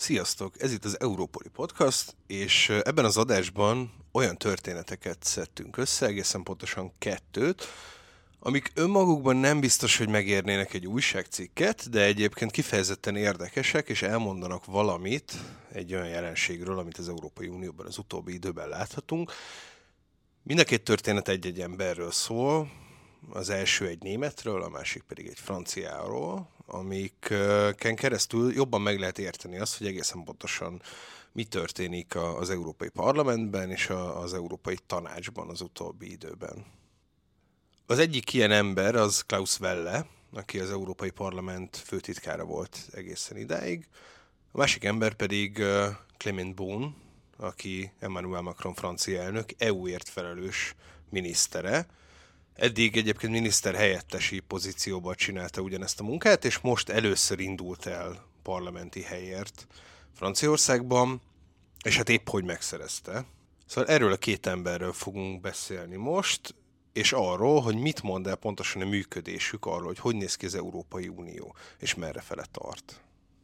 Sziasztok! Ez itt az Európoli Podcast, és ebben az adásban olyan történeteket szedtünk össze, egészen pontosan 2, amik önmagukban nem biztos, hogy megérnének egy újságcikket, de egyébként kifejezetten érdekesek, és elmondanak valamit egy olyan jelenségről, amit az Európai Unióban az utóbbi időben láthatunk. Mind a 2 történet egy-egy emberről szól, az első egy németről, a másik pedig egy franciáról, amiken keresztül jobban meg lehet érteni azt, hogy egészen pontosan mi történik az Európai Parlamentben és az Európai Tanácsban az utóbbi időben. Az egyik ilyen ember az Klaus Welle, aki az Európai Parlament főtitkára volt egészen idáig. A másik ember pedig Clément Beaune, aki Emmanuel Macron francia elnök, EU-ért felelős minisztere. Eddig egyébként miniszterhelyettesi pozícióban csinálta ugyanezt a munkát, és most először indult el parlamenti helyért Franciaországban, és hát épp hogy megszerezte. Szóval erről a 2 emberről fogunk beszélni most, és arról, hogy mit mond el pontosan a működésük, arról, hogy néz ki az Európai Unió, és merre fele tart.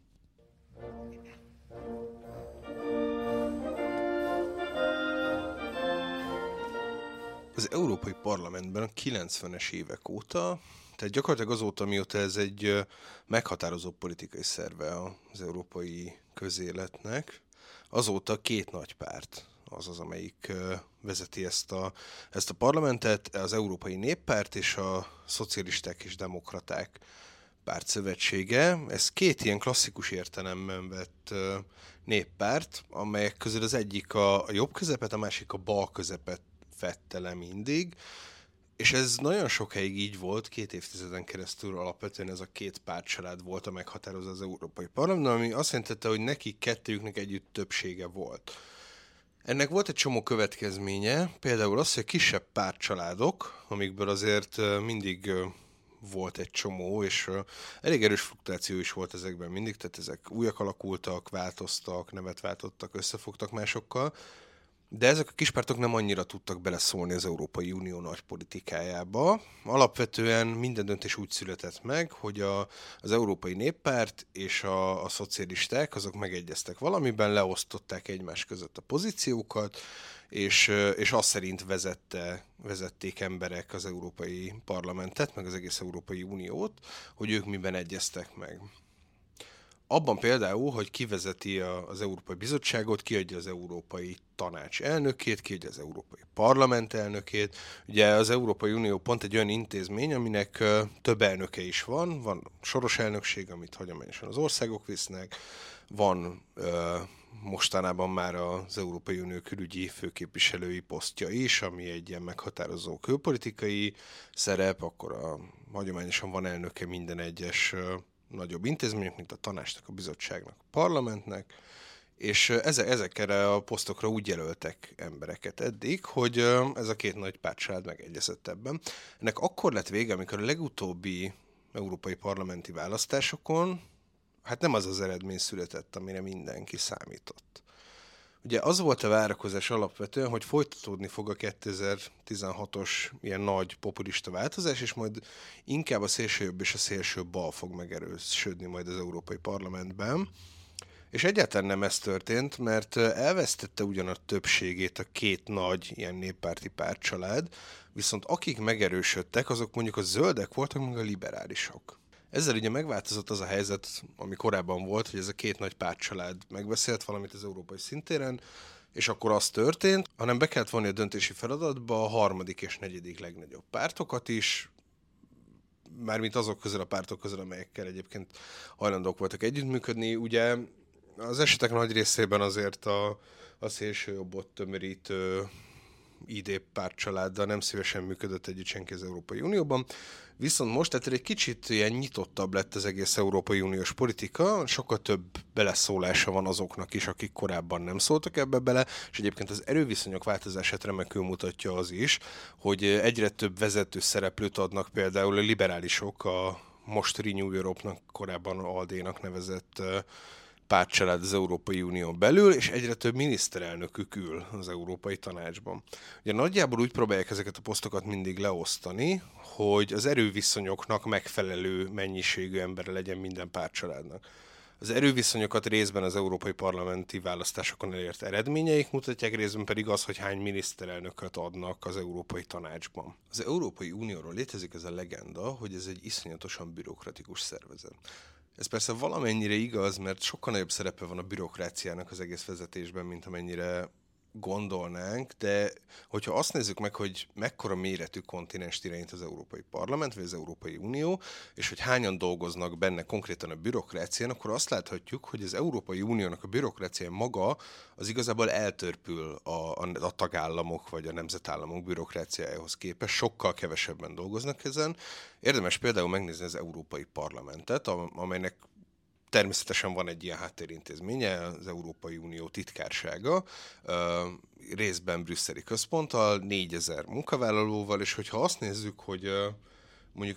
Az Európai Parlamentben a 90-es évek óta, tehát gyakorlatilag azóta, mióta ez egy meghatározó politikai szerve az európai közéletnek, azóta 2 nagy párt az, amelyik vezeti ezt a parlamentet, az Európai Néppárt és a Szocialisták és Demokraták pártszövetsége. Ez 2 ilyen klasszikus értelemben vett néppárt, amelyek közül az egyik a jobb közepet, a másik a bal közepet fette le mindig, és ez nagyon sokáig így volt, 2 évtizeden keresztül alapvetően ez a 2 pártcsalád volt a meghatározó az Európai Parlamentben, ami azt jelentette, hogy nekik kettőjüknek együtt többsége volt. Ennek volt egy csomó következménye, például az, hogy a kisebb pártcsaládok, amikből azért mindig volt egy csomó, és elég erős fluktuáció is volt ezekben mindig, tehát ezek újak alakultak, változtak, nevet váltottak, összefogtak másokkal, de ezek a kispártok nem annyira tudtak beleszólni az Európai Unió nagy politikájába. Alapvetően minden döntés úgy született meg, hogy az Európai Néppárt és a szocialisták azok megegyeztek valamiben, leosztották egymás között a pozíciókat, és azt szerint vezették emberek az Európai Parlamentet, meg az egész Európai Uniót, hogy ők miben egyeztek meg. Abban például, hogy kivezeti az Európai Bizottságot, kiadja az Európai Tanács elnökét, kiadja az Európai Parlament elnökét. Ugye az Európai Unió pont egy olyan intézmény, aminek több elnöke is van soros elnökség, amit hagyományosan az országok visznek, van mostanában már az Európai Unió külügyi főképviselői posztja is, ami egy ilyen meghatározó külpolitikai szerep, akkor hagyományosan van elnöke minden egyes nagyobb intézmények, mint a tanácsnak, a bizottságnak, a parlamentnek, és ezekre a posztokra úgy jelöltek embereket eddig, hogy ez a 2 nagy pártcsalád megegyezett ebben. Ennek akkor lett vége, amikor a legutóbbi európai parlamenti választásokon, hát nem az az eredmény született, amire mindenki számított. Ugye az volt a várakozás alapvetően, hogy folytatódni fog a 2016-os ilyen nagy populista változás, és majd inkább a szélsőjobb és a szélső bal fog megerősödni majd az Európai Parlamentben. És egyáltalán nem ez történt, mert elvesztette ugyan a többségét a 2 nagy ilyen néppárti pártcsalád, viszont akik megerősödtek, azok mondjuk a zöldek voltak, meg a liberálisok. Ezzel ugye megváltozott az a helyzet, ami korábban volt, hogy ez a 2 nagy pártcsalád megbeszélt valamit az európai szintéren, és akkor az történt, hanem be kellett vonni a döntési feladatba a 3. és 4. legnagyobb pártokat is, mármint azok közül a pártok közül, amelyekkel egyébként hajlandók voltak együttműködni. Ugye az esetek nagy részében azért a szélsőjobbot tömörítő ID pártcsaláddal nem szívesen működött együtt senki az Európai Unióban. Viszont most tehát egy kicsit ilyen nyitottabb lett az egész Európai Uniós politika, sokkal több beleszólása van azoknak is, akik korábban nem szóltak ebbe bele, és egyébként az erőviszonyok változását remekül mutatja az is, hogy egyre több vezető szereplőt adnak például a liberálisok, a most Renew Europe-nak, korábban ALDE-nak nevezett pártcsalád az Európai Unión belül, és egyre több miniszterelnökük ül az Európai Tanácsban. Ugye nagyjából úgy próbálják ezeket a posztokat mindig leosztani, hogy az erőviszonyoknak megfelelő mennyiségű embere legyen minden pártcsaládnak. Az erőviszonyokat részben az európai parlamenti választásokon elért eredményeik mutatják, részben pedig az, hogy hány miniszterelnököt adnak az Európai Tanácsban. Az Európai Unióról létezik ez a legenda, hogy ez egy iszonyatosan bürokratikus szervezet. Ez persze valamennyire igaz, mert sokkal nagyobb szerepe van a bürokráciának az egész vezetésben, mint amennyire gondolnánk, de hogyha azt nézzük meg, hogy mekkora méretű kontinenst irányít az Európai Parlament, vagy az Európai Unió, és hogy hányan dolgoznak benne konkrétan a bürokrácián, akkor azt láthatjuk, hogy az Európai Uniónak a bürokrácia maga az igazából eltörpül a tagállamok vagy a nemzetállamok bürokráciájához képest, sokkal kevesebben dolgoznak ezen. Érdemes például megnézni az Európai Parlamentet, amelynek természetesen van egy ilyen háttérintézménye, az Európai Unió titkársága, részben brüsszeli központtal, 4000 munkavállalóval, és hogyha azt nézzük, hogy mondjuk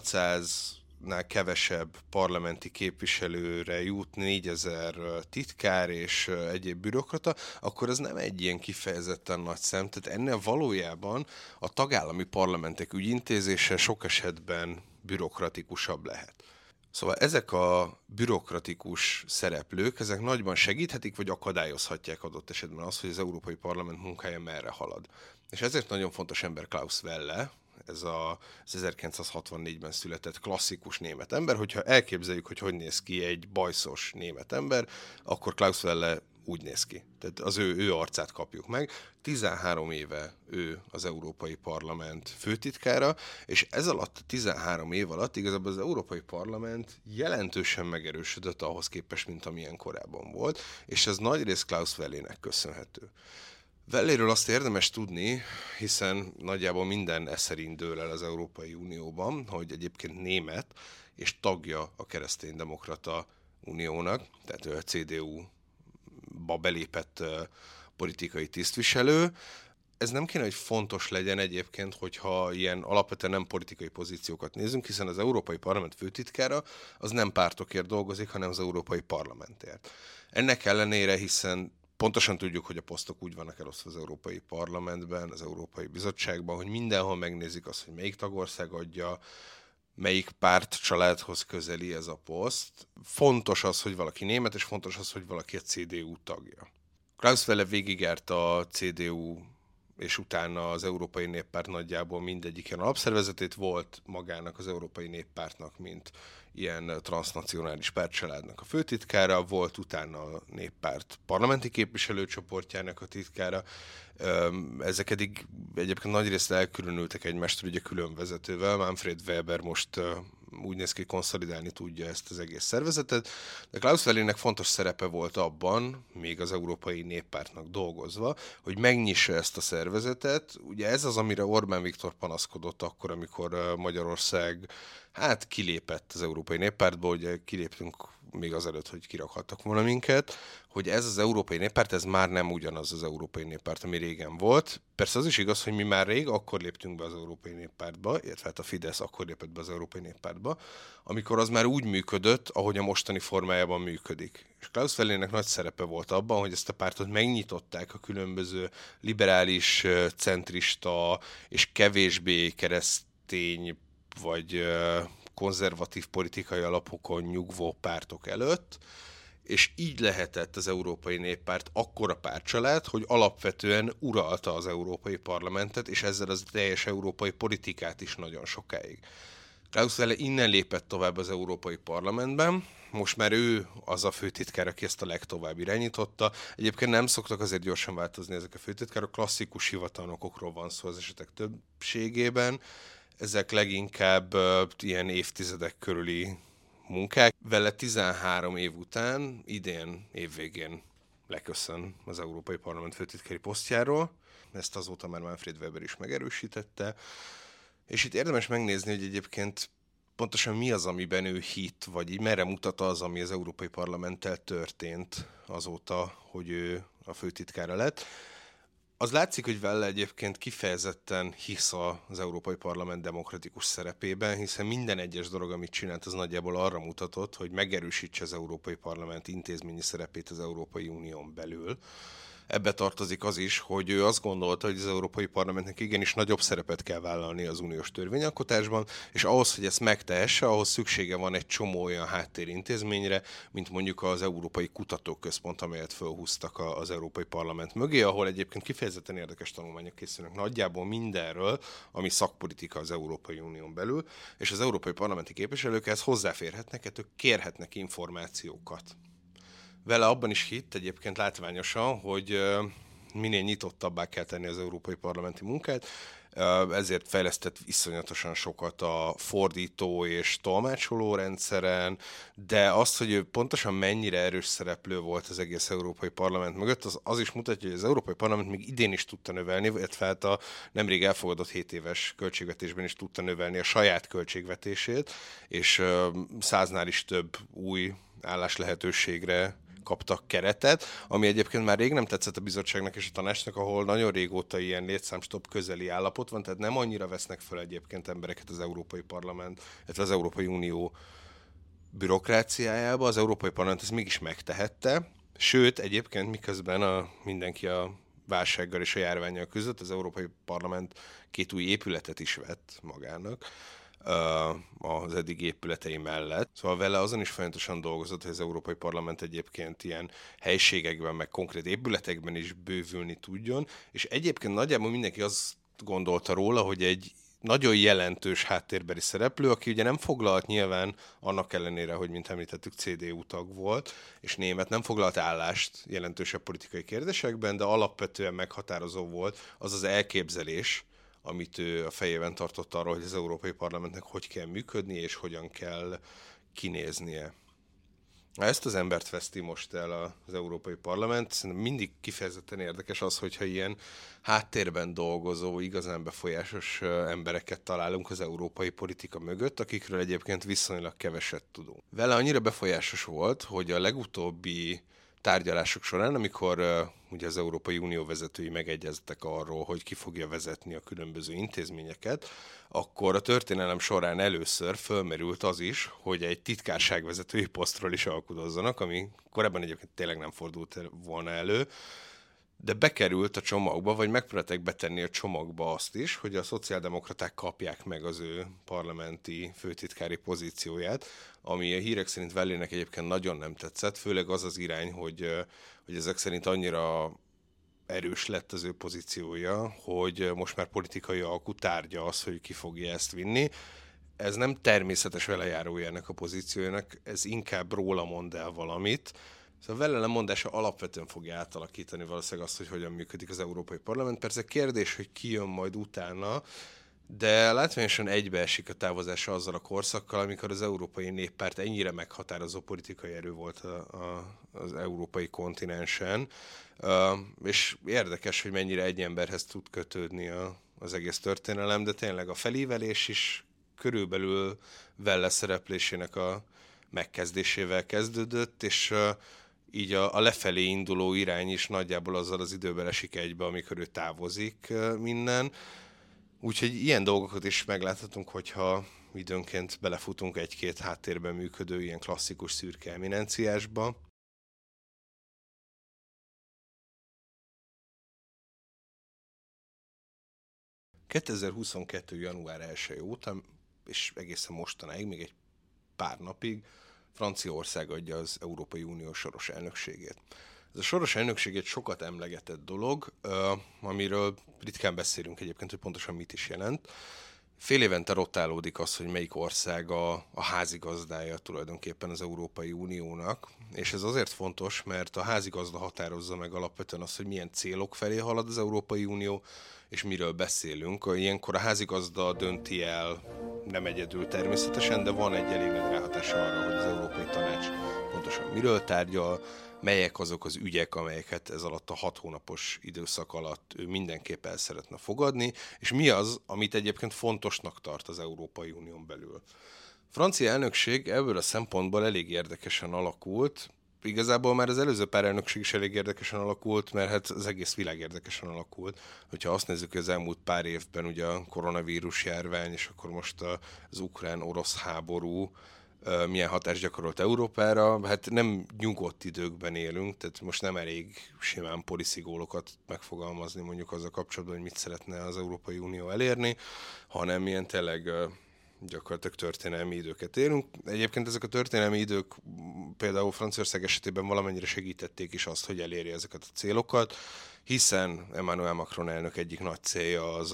800-nál kevesebb parlamenti képviselőre jut 4000 titkár és egyéb bürokrata, akkor az nem egy ilyen kifejezetten nagy szám, tehát ennél valójában a tagállami parlamentek ügyintézése sok esetben bürokratikusabb lehet. Szóval ezek a bürokratikus szereplők, ezek nagyban segíthetik, vagy akadályozhatják adott esetben azt, hogy az Európai Parlament munkája merre halad. És ezért nagyon fontos ember Klaus Welle, ez az 1964-ben született klasszikus német ember. Hogyha elképzeljük, hogy néz ki egy bajszos német ember, akkor Klaus Welle úgy néz ki. Tehát az ő arcát kapjuk meg. 13 éve ő az Európai Parlament főtitkára, és ez alatt, 13 év alatt igazából az Európai Parlament jelentősen megerősödött ahhoz képest, mint amilyen korábban volt, és ez nagyrészt Klaus Wellének köszönhető. Welléről azt érdemes tudni, hiszen nagyjából minden szerint dől el az Európai Unióban, hogy egyébként német és tagja a Kereszténydemokrata Uniónak, tehát ő a CDU-ba belépett politikai tisztviselő. Ez nem kéne, hogy fontos legyen egyébként, hogyha ilyen alapvetően nem politikai pozíciókat nézünk, hiszen az Európai Parlament főtitkára az nem pártokért dolgozik, hanem az Európai Parlamentért. Ennek ellenére, hiszen pontosan tudjuk, hogy a posztok úgy vannak elosztva az Európai Parlamentben, az Európai Bizottságban, hogy mindenhol megnézik azt, hogy melyik tagország adja, melyik párt családhoz közeli ez a poszt. Fontos az, hogy valaki német, és fontos az, hogy valaki a CDU tagja. Klaus Welle végigjárt a CDU és utána az Európai Néppárt nagyjából mindegyik ilyen alapszervezetét, volt magának az Európai Néppártnak, mint ilyen transznacionális pártcsaládnak a főtitkára, volt utána a Néppárt parlamenti képviselőcsoportjának a titkára. Ezek eddig egyébként nagyrészt elkülönültek egymástól, ugye külön vezetővel. Manfred Weber most úgy néz ki, konszolidálni tudja ezt az egész szervezetet, de Klaus Wellének fontos szerepe volt abban, még az Európai Néppártnak dolgozva, hogy megnyissa ezt a szervezetet. Ugye ez az, amire Orbán Viktor panaszkodott akkor, amikor Magyarország kilépett az Európai Néppártból, ugye kiléptünk még azelőtt, hogy kirakhattak volna minket, hogy ez az Európai Néppárt, ez már nem ugyanaz az Európai Néppárt, ami régen volt. Persze az is igaz, hogy mi már rég akkor léptünk be az Európai Néppártba, illetve hát a Fidesz akkor lépett be az Európai Néppártba, amikor az már úgy működött, ahogy a mostani formájában működik. És Klaus Wellének nagy szerepe volt abban, hogy ezt a pártot megnyitották a különböző liberális, centrista és kevésbé keresztény vagy konzervatív politikai alapokon nyugvó pártok előtt, és így lehetett az Európai Néppárt akkora pártcsalád, hogy alapvetően uralta az Európai Parlamentet, és ezzel az teljes európai politikát is nagyon sokáig. Klaus Welle innen lépett tovább az Európai Parlamentben, most már ő az a főtitkár, aki ezt a legtovább irányította. Egyébként nem szoktak azért gyorsan változni ezek a főtitkárok, klasszikus hivatalnokokról van szó az esetek többségében. Ezek leginkább ilyen évtizedek körüli munkák. Welle 13 év után, idén évvégén leköszön az Európai Parlament főtitkári posztjáról. Ezt azóta már Manfred Weber is megerősítette. És itt érdemes megnézni, hogy egyébként pontosan mi az, amiben ő hitt, vagy így merre mutat az, ami az Európai Parlamenttel történt azóta, hogy ő a főtitkára lett. Az látszik, hogy Welle egyébként kifejezetten hisz az Európai Parlament demokratikus szerepében, hiszen minden egyes dolog, amit csinált, az nagyjából arra mutatott, hogy megerősítse az Európai Parlament intézményi szerepét az Európai Unión belül. Ebbe tartozik az is, hogy ő azt gondolta, hogy az Európai Parlamentnek igenis nagyobb szerepet kell vállalni az uniós törvényalkotásban, és ahhoz, hogy ezt megtehesse, ahhoz szüksége van egy csomó olyan háttérintézményre, mint mondjuk az Európai Kutatóközpont, amelyet felhúztak az Európai Parlament mögé, ahol egyébként kifejezetten érdekes tanulmányok készülnek nagyjából mindenről, ami szakpolitika az Európai Unión belül, és az európai parlamenti képviselők ehhez hozzáférhetnek, ettől kérhetnek információkat. Vele abban is hitt egyébként látványosan, hogy minél nyitottabbá kell tenni az európai parlamenti munkát, ezért fejlesztett iszonyatosan sokat a fordító és tolmácsoló rendszeren, de azt, hogy ő pontosan mennyire erős szereplő volt az egész Európai Parlament mögött, az is mutatja, hogy az Európai Parlament még idén is tudta növelni, illetve hát a nemrég elfogadott 7 éves költségvetésben is tudta növelni a saját költségvetését, és 100-nál is több új álláslehetőségre kaptak keretet, ami egyébként már rég nem tetszett a bizottságnak és a tanácsnak, ahol nagyon régóta ilyen létszámstop közeli állapot van, tehát nem annyira vesznek fel egyébként embereket az Európai Parlament, illetve az Európai Unió bürokráciájába. Az Európai Parlament ezt mégis megtehette, sőt, egyébként miközben mindenki a válsággal és a járvánnyal között, az Európai Parlament 2 új épületet is vett magának az eddig épületei mellett. Szóval vele azon is folyamatosan dolgozott, hogy az Európai Parlament egyébként ilyen helységekben, meg konkrét épületekben is bővülni tudjon, és egyébként nagyjából mindenki azt gondolta róla, hogy egy nagyon jelentős háttérbeli szereplő, aki ugye nem foglalt nyilván, annak ellenére, hogy mint említettük CDU tag volt, és német, nem foglalt állást jelentősebb politikai kérdésekben, de alapvetően meghatározó volt az az elképzelés, amit ő a fejében tartott arról, hogy az Európai Parlamentnek hogy kell működni, és hogyan kell kinéznie. Ezt az embert veszti most el az Európai Parlament. Szerintem mindig kifejezetten érdekes az, hogyha ilyen háttérben dolgozó, igazán befolyásos embereket találunk az európai politika mögött, akikről egyébként viszonylag keveset tudunk. Vele annyira befolyásos volt, hogy a legutóbbi tárgyalások során, amikor ugye az Európai Unió vezetői megegyeztek arról, hogy ki fogja vezetni a különböző intézményeket, akkor a történelem során először fölmerült az is, hogy egy titkárságvezetői posztról is alkudozzanak, ami korábban egyébként tényleg nem fordult volna elő, de bekerült a csomagba, vagy megpróbálták betenni a csomagba azt is, hogy a szociáldemokraták kapják meg az ő parlamenti főtitkári pozícióját, ami a hírek szerint Wellének egyébként nagyon nem tetszett, főleg az az irány, hogy ezek szerint annyira erős lett az ő pozíciója, hogy most már politikai alkutárgya az, hogy ki fogja ezt vinni. Ez nem természetes velejárója ennek a pozíciójának, ez inkább róla mond el valamit. Szóval vele lemondása alapvetően fogja átalakítani valószínűleg azt, hogy hogyan működik az Európai Parlament. Persze kérdés, hogy ki jön majd utána, de látványosan egybeesik a távozása azzal a korszakkal, amikor az Európai Néppárt ennyire meghatározó politikai erő volt az európai kontinensen, és érdekes, hogy mennyire egy emberhez tud kötődni az egész történelem, de tényleg a felívelés is körülbelül Welle szereplésének a megkezdésével kezdődött, és így a lefelé induló irány is nagyjából azzal az időben esik egybe, amikor ő távozik minden. Úgyhogy ilyen dolgokat is megláthatunk, hogyha időnként belefutunk egy-két háttérben működő ilyen klasszikus szürke eminenciásba. ...2022. január 1 óta, és egészen mostanáig, még egy pár napig Franciaország adja az Európai Unió soros elnökségét. Ez a soros elnökség egy sokat emlegetett dolog, amiről ritkán beszélünk egyébként, hogy pontosan mit is jelent. Fél évente rotálódik az, hogy melyik ország a házigazdája tulajdonképpen az Európai Uniónak, és ez azért fontos, mert a házigazda határozza meg alapvetően azt, hogy milyen célok felé halad az Európai Unió, és miről beszélünk. Ilyenkor a házigazda dönti el, nem egyedül természetesen, de van egy elég nagy ráhatása arra, hogy az Európai Tanács pontosan miről tárgyal, melyek azok az ügyek, amelyeket ez alatt a 6 hónapos időszak alatt ő mindenképp el szeretne fogadni, és mi az, amit egyébként fontosnak tart az Európai Unión belül. A francia elnökség ebből a szempontból elég érdekesen alakult, igazából már az előző pár elnökség is elég érdekesen alakult, mert hát az egész világ érdekesen alakult. Hogyha azt nézzük, hogy az elmúlt pár évben ugye a koronavírus járvány, és akkor most az ukrán-orosz háború milyen hatást gyakorolt Európára. Hát nem nyugodt időkben élünk, tehát most nem elég simán policy gólokat megfogalmazni mondjuk azzal kapcsolatban, hogy mit szeretne az Európai Unió elérni, hanem ilyen tényleg gyakorlatilag történelmi időket élünk. Egyébként ezek a történelmi idők például Franciaország esetében valamennyire segítették is azt, hogy elérje ezeket a célokat, hiszen Emmanuel Macron elnök egyik nagy célja az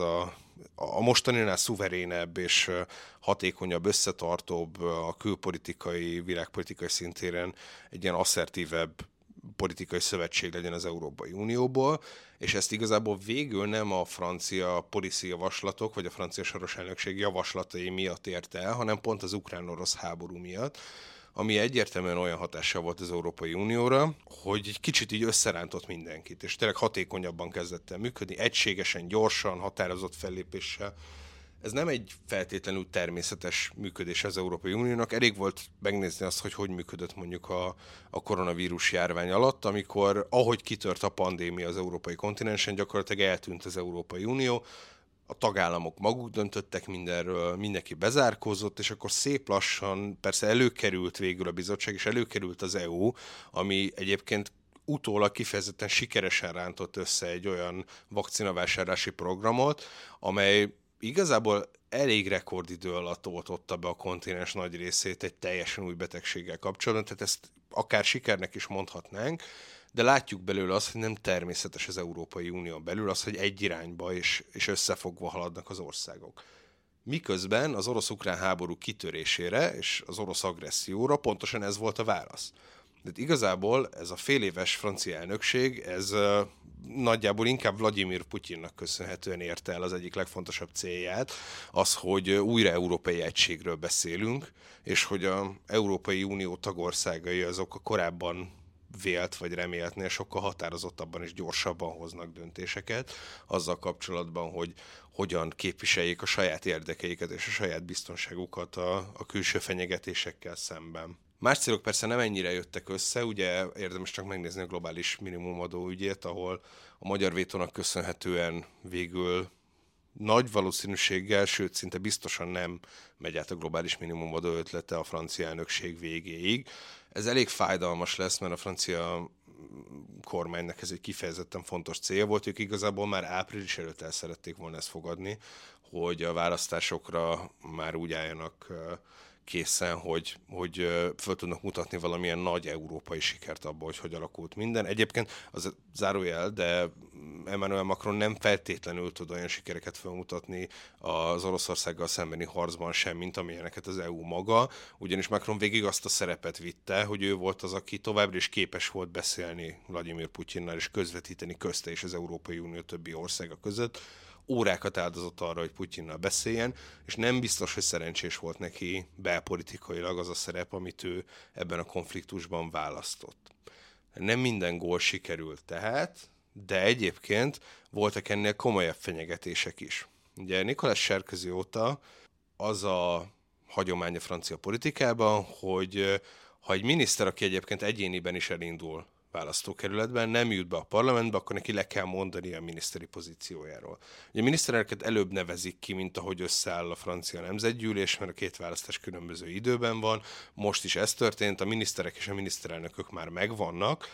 a mostaninál szuverénebb és hatékonyabb, összetartóbb, a külpolitikai, világpolitikai szintéren egy ilyen asszertívebb politikai szövetség legyen az Európai Unióból, és ezt igazából végül nem a francia policy javaslatok, vagy a francia soros elnökség javaslatai miatt érte el, hanem pont az ukrán-orosz háború miatt, ami egyértelműen olyan hatással volt az Európai Unióra, hogy egy kicsit így összerántott mindenkit, és tényleg hatékonyabban kezdett el működni, egységesen, gyorsan, határozott fellépéssel. Ez nem egy feltétlenül természetes működés az Európai Uniónak. Elég volt megnézni azt, hogy működött mondjuk a koronavírus járvány alatt, amikor ahogy kitört a pandémia az európai kontinensen, gyakorlatilag eltűnt az Európai Unió, a tagállamok maguk döntöttek mindenről, mindenki bezárkózott, és akkor szép lassan persze előkerült végül a bizottság, és előkerült az EU, ami egyébként utólag kifejezetten sikeresen rántott össze egy olyan vakcinavásárlási programot, amely igazából elég rekordidő alatt oltotta be a kontinens nagy részét egy teljesen új betegséggel kapcsolatban, tehát ezt akár sikernek is mondhatnánk, de látjuk belőle azt, hogy nem természetes az Európai Unió belül az, hogy egy irányba és összefogva haladnak az országok. Miközben az orosz-ukrán háború kitörésére és az orosz agresszióra pontosan ez volt a válasz. De igazából ez a féléves francia elnökség, ez nagyjából inkább Vladimir Putyinnak köszönhetően érte el az egyik legfontosabb célját, az, hogy újra európai egységről beszélünk, és hogy az Európai Unió tagországai azok a korábban vélt vagy reméltnél sokkal határozottabban és gyorsabban hoznak döntéseket azzal kapcsolatban, hogy hogyan képviseljék a saját érdekeiket és a saját biztonságukat a külső fenyegetésekkel szemben. Más célok persze nem ennyire jöttek össze, ugye érdemes csak megnézni a globális minimumadó ügyét, ahol a magyar vétónak köszönhetően végül nagy valószínűséggel, sőt szinte biztosan nem megy át a globális minimumadó ötlete a francia elnökség végéig. Ez elég fájdalmas lesz, mert a francia kormánynak ez egy kifejezetten fontos célja volt, ők igazából már április előtt el szerették volna ezt fogadni, hogy a választásokra már úgy álljanak készen, hogy föl tudnak mutatni valamilyen nagy európai sikert abból, hogy alakult minden. Egyébként az zárójel, de Emmanuel Macron nem feltétlenül tud olyan sikereket felmutatni az Oroszországgal szembeni harcban sem, mint amilyeneket az EU maga, ugyanis Macron végig azt a szerepet vitte, hogy ő volt az, aki továbbra is képes volt beszélni Vladimir Putyinnal és közvetíteni közte és az Európai Unió többi országa között, órákat áldozott arra, hogy Putyinnal beszéljen, és nem biztos, hogy szerencsés volt neki belpolitikailag az a szerep, amit ő ebben a konfliktusban választott. Nem minden gól sikerült tehát, de egyébként voltak ennél komolyabb fenyegetések is. Ugye Nicolas Sarkozy óta az a hagyomány a francia politikában, hogy ha egy miniszter, aki egyébként egyéniben is elindul választókerületben, nem jut be a parlamentbe, akkor neki le kell mondani a miniszteri pozíciójáról. Ugye a miniszterelnöket előbb nevezik ki, mint ahogy összeáll a francia nemzetgyűlés, mert a két választás különböző időben van. Most is ez történt, a miniszterek és a miniszterelnökök már megvannak,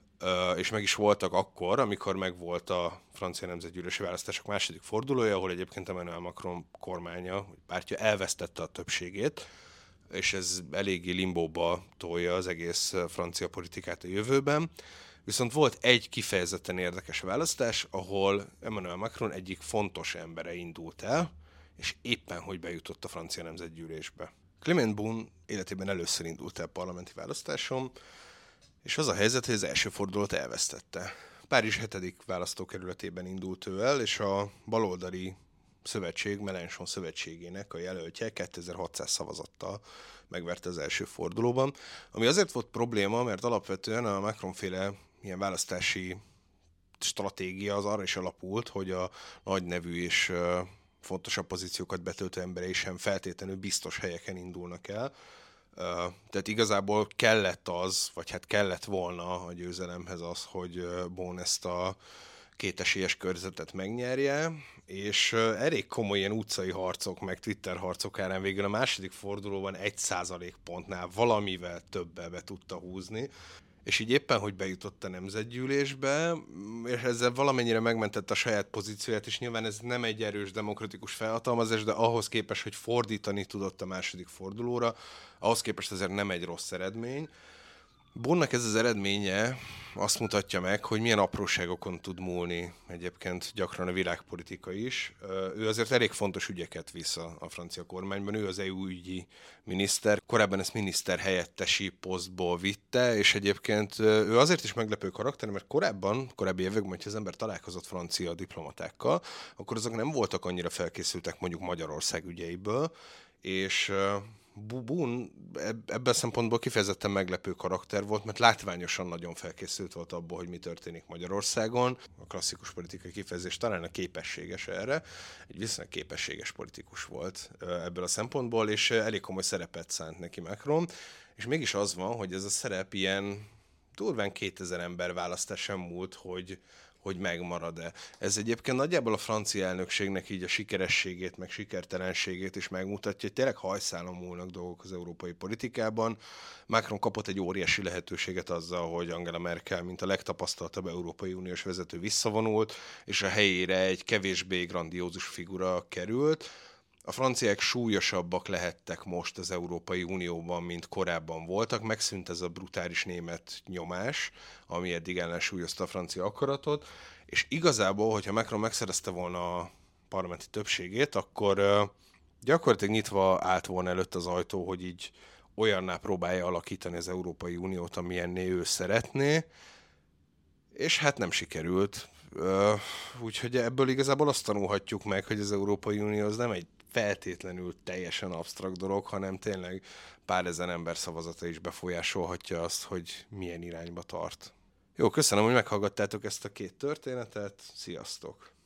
és meg is voltak akkor, amikor megvolt a francia nemzetgyűlési választások második fordulója, ahol egyébként Emmanuel Macron kormánya, vagy pártja elvesztette a többségét, és ez eléggé limbóba tolja az egész francia politikát a jövőben. Viszont volt egy kifejezetten érdekes választás, ahol Emmanuel Macron egyik fontos embere indult el, és éppen hogy bejutott a francia nemzetgyűlésbe. Clément Beaune életében először indult el parlamenti választáson, és az a helyzet, hogy az első fordulót elvesztette. Párizs 7. választókerületében indult ő el, és a baloldali szövetség, Mélenchon szövetségének a jelöltje 2600 szavazattal megverte az első fordulóban, ami azért volt probléma, mert alapvetően a Macron-féle ilyen választási stratégia az arra is alapult, hogy a nagy nevű és fontosabb pozíciókat betöltő emberei sem feltétlenül biztos helyeken indulnak el. Tehát igazából kellett volna a győzelemhez az, hogy Beaune ezt a kétesélyes körzetet megnyerje, és elég komoly ilyen utcai harcok, meg Twitter harcok árán végül a második fordulóban 1%-pontnál valamivel többel be tudta húzni, és így éppen, hogy bejutott a nemzetgyűlésbe, és ezzel valamennyire megmentette a saját pozícióját, és nyilván ez nem egy erős demokratikus felhatalmazás, de ahhoz képest, hogy fordítani tudott a második fordulóra, ahhoz képest azért nem egy rossz eredmény. Bonnak ez az eredménye azt mutatja meg, hogy milyen apróságokon tud múlni egyébként gyakran a világpolitika is. Ő azért elég fontos ügyeket visz a francia kormányban, ő az EU ügyi miniszter, korábban ezt miniszter helyettesi posztból vitte, és egyébként ő azért is meglepő karakter, mert korábbi években, hogyha az ember találkozott francia diplomatákkal, akkor azok nem voltak annyira felkészültek mondjuk Magyarország ügyeiből, és Bun ebben a szempontból kifejezetten meglepő karakter volt, mert látványosan nagyon felkészült volt abból, hogy mi történik Magyarországon. A klasszikus politikai kifejezés talán a képességes erre. Egy viszonylag képességes politikus volt ebből a szempontból, és elég komoly szerepet szánt neki Macron. És mégis az van, hogy ez a szerep ilyen durván 2000 ember választáson múlt, hogy megmarad-e. Ez egyébként nagyjából a francia elnökségnek így a sikerességét, meg sikertelenségét is megmutatja, hogy tényleg hajszálon múlnak dolgok az európai politikában. Macron kapott egy óriási lehetőséget azzal, hogy Angela Merkel, mint a legtapasztaltabb Európai Uniós vezető visszavonult, és a helyére egy kevésbé grandiózus figura került. A franciák súlyosabbak lehettek most az Európai Unióban, mint korábban voltak. Megszűnt ez a brutális német nyomás, ami eddig ellensúlyozta a francia akaratot, és igazából, hogyha Macron megszerezte volna a parlamenti többségét, akkor gyakorlatilag nyitva állt volna előtt az ajtó, hogy így olyanná próbálja alakítani az Európai Uniót, amilyenné ő szeretné, és hát nem sikerült. Úgyhogy ebből igazából azt tanulhatjuk meg, hogy az Európai Unió az nem egy feltétlenül teljesen absztrakt dolog, hanem tényleg pár ezer ember szavazata is befolyásolhatja azt, hogy milyen irányba tart. Jó, köszönöm, hogy meghallgattátok ezt a két történetet. Sziasztok!